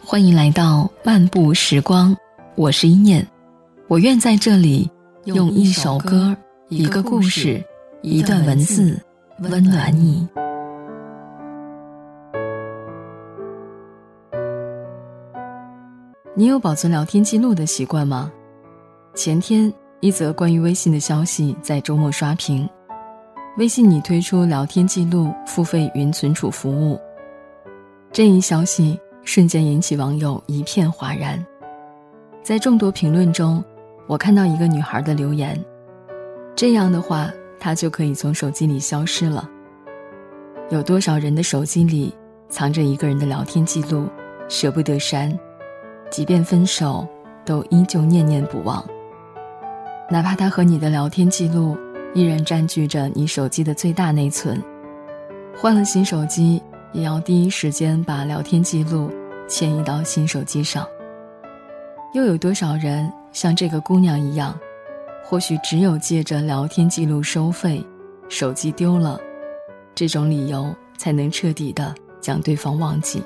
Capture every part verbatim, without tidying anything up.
欢迎来到漫步时光，我是一念。我愿在这里用一首歌、一个故事、一段文字温暖你。你有保存聊天记录的习惯吗？前天一则关于微信的消息在周末刷屏，微信拟推出聊天记录付费云存储服务。这一消息瞬间引起网友一片哗然。在众多评论中，我看到一个女孩的留言，这样的话她就可以从手机里消失了。有多少人的手机里藏着一个人的聊天记录，舍不得删，即便分手都依旧念念不忘。哪怕他和你的聊天记录依然占据着你手机的最大内存，换了新手机也要第一时间把聊天记录迁移到新手机上。又有多少人像这个姑娘一样，或许只有借着聊天记录收费，手机丢了这种理由才能彻底的将对方忘记。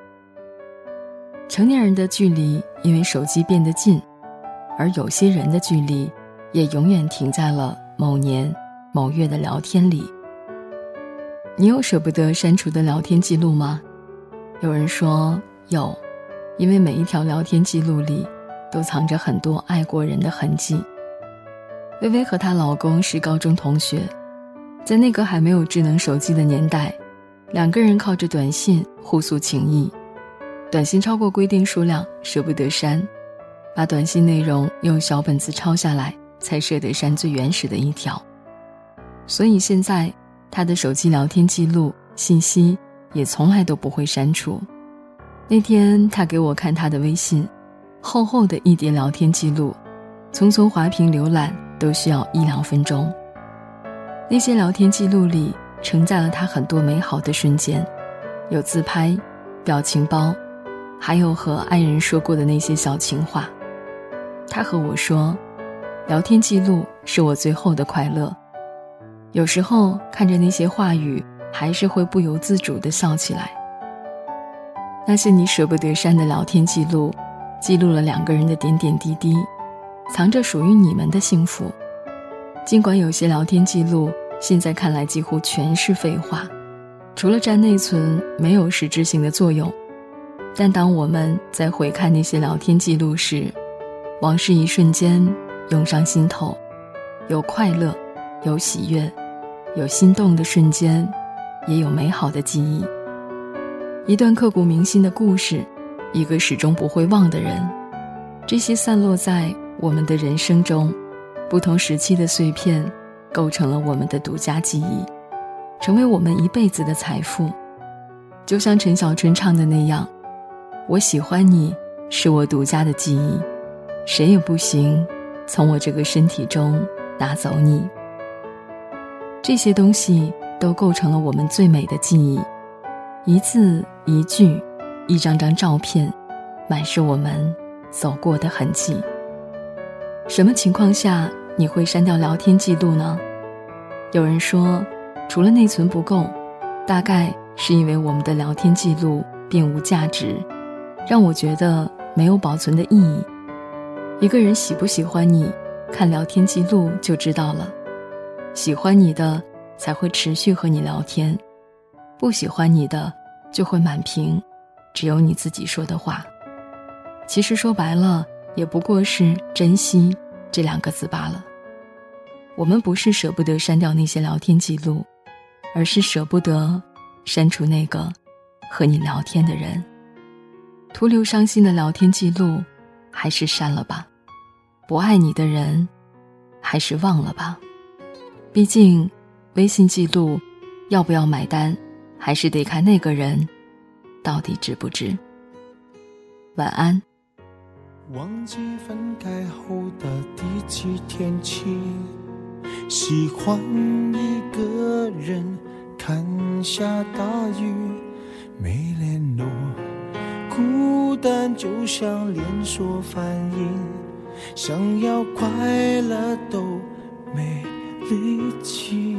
成年人的距离因为手机变得近，而有些人的距离也永远停在了某年某月的聊天里。你有舍不得删除的聊天记录吗？有人说有，因为每一条聊天记录里都藏着很多爱过人的痕迹。微微和她老公是高中同学，在那个还没有智能手机的年代，两个人靠着短信互诉情谊，短信超过规定数量舍不得删，把短信内容用小本子抄下来，才舍得删最原始的一条。所以现在他的手机聊天记录信息也从来都不会删除。那天他给我看他的微信，厚厚的一叠聊天记录，匆匆滑屏浏览都需要一两分钟。那些聊天记录里承载了他很多美好的瞬间，有自拍、表情包，还有和爱人说过的那些小情话。他和我说，聊天记录是我最后的快乐。有时候看着那些话语，还是会不由自主地笑起来。那些你舍不得删的聊天记录，记录了两个人的点点滴滴，藏着属于你们的幸福。尽管有些聊天记录现在看来几乎全是废话，除了占内存没有实质性的作用，但当我们在回看那些聊天记录时，往事一瞬间涌上心头，有快乐，有喜悦，有心动的瞬间，也有美好的记忆。一段刻骨铭心的故事，一个始终不会忘的人，这些散落在我们的人生中，不同时期的碎片构成了我们的独家记忆，成为我们一辈子的财富。就像陈小春唱的那样，我喜欢你，是我独家的记忆，谁也不行从我这个身体中拿走你。这些东西都构成了我们最美的记忆，一字一句，一张张照片，满是我们走过的痕迹。什么情况下你会删掉聊天记录呢？有人说，除了内存不够，大概是因为我们的聊天记录并无价值，让我觉得没有保存的意义。一个人喜不喜欢你，看聊天记录就知道了。喜欢你的才会持续和你聊天，不喜欢你的就会满屏，只有你自己说的话。其实说白了，也不过是珍惜这两个字罢了。我们不是舍不得删掉那些聊天记录，而是舍不得删除那个和你聊天的人。徒留伤心的聊天记录，还是删了吧。不爱你的人，还是忘了吧。毕竟微信记录要不要买单，还是得看那个人到底值不值。晚安。 忘记分开后的第几天起，喜欢一个人看下大雨，没联络，孤单就像连锁反应，想要快乐都没力气。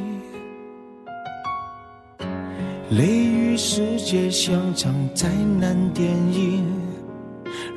雷雨世界像场灾难电影，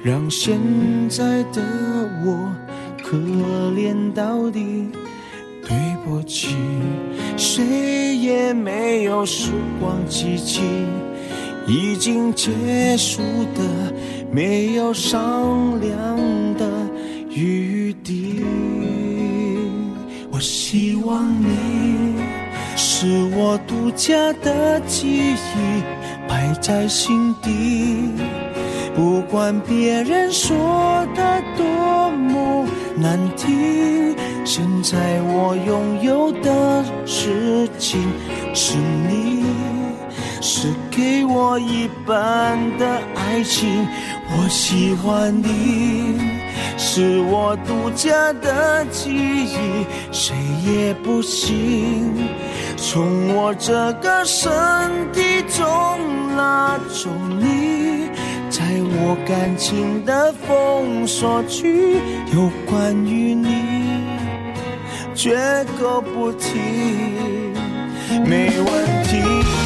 让现在的我可怜到底。对不起，谁也没有时光机器，已经结束的没有商量的余地。我希望你是我独家的记忆，摆在心底，不管别人说的多么难听，现在我拥有的事情是你，是给我一半的爱情。我喜欢你，是我独家的记忆，谁也不行从我这个身体中拉走你，在我感情的封锁区，有关于你绝口不提，没问题。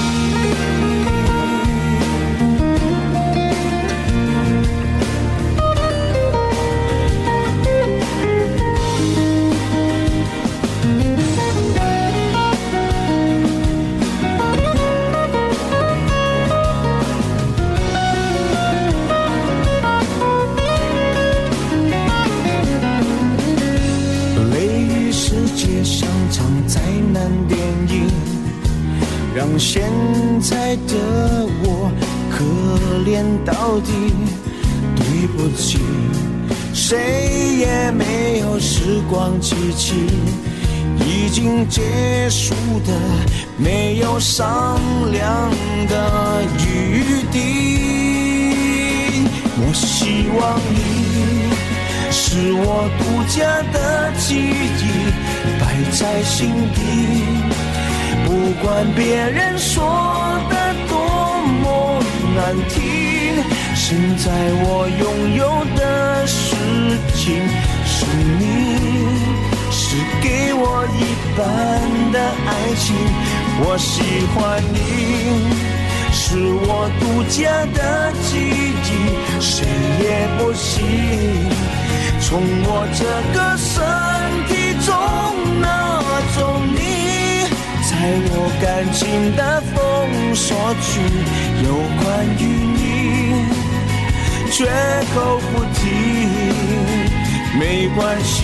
让现在的我可怜到底。对不起，谁也没有时光机器，已经结束的没有商量的余地。我希望你是我独家的记忆，摆在心底，不管别人说的多么难听，现在我拥有的事情是你，是给我一半的爱情。我喜欢你，是我独家的记忆，谁也不行从我这个身体中拿走你，在我感情的封锁区，有关于你绝口不提，没关系。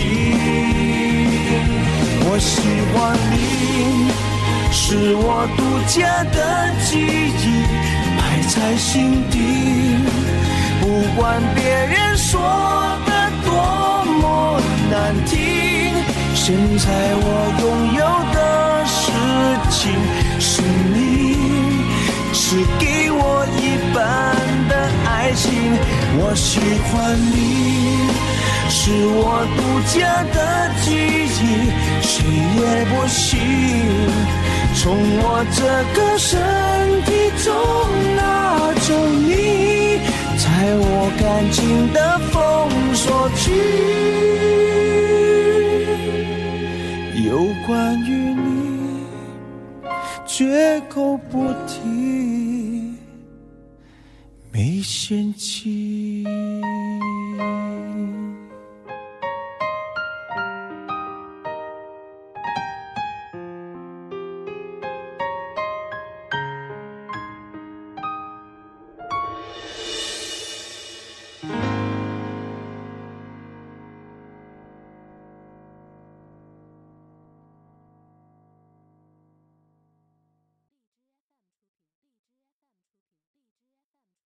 我喜欢你，是我独家的记忆，摆在心底，不管别人说的多么难听，现在我拥有的事情是你，是给我一半的爱情。我喜欢你，是我独家的记忆，谁也不行从我这个身体中拿走你，在我感情的封锁区，有关于你绝口不提，没嫌弃。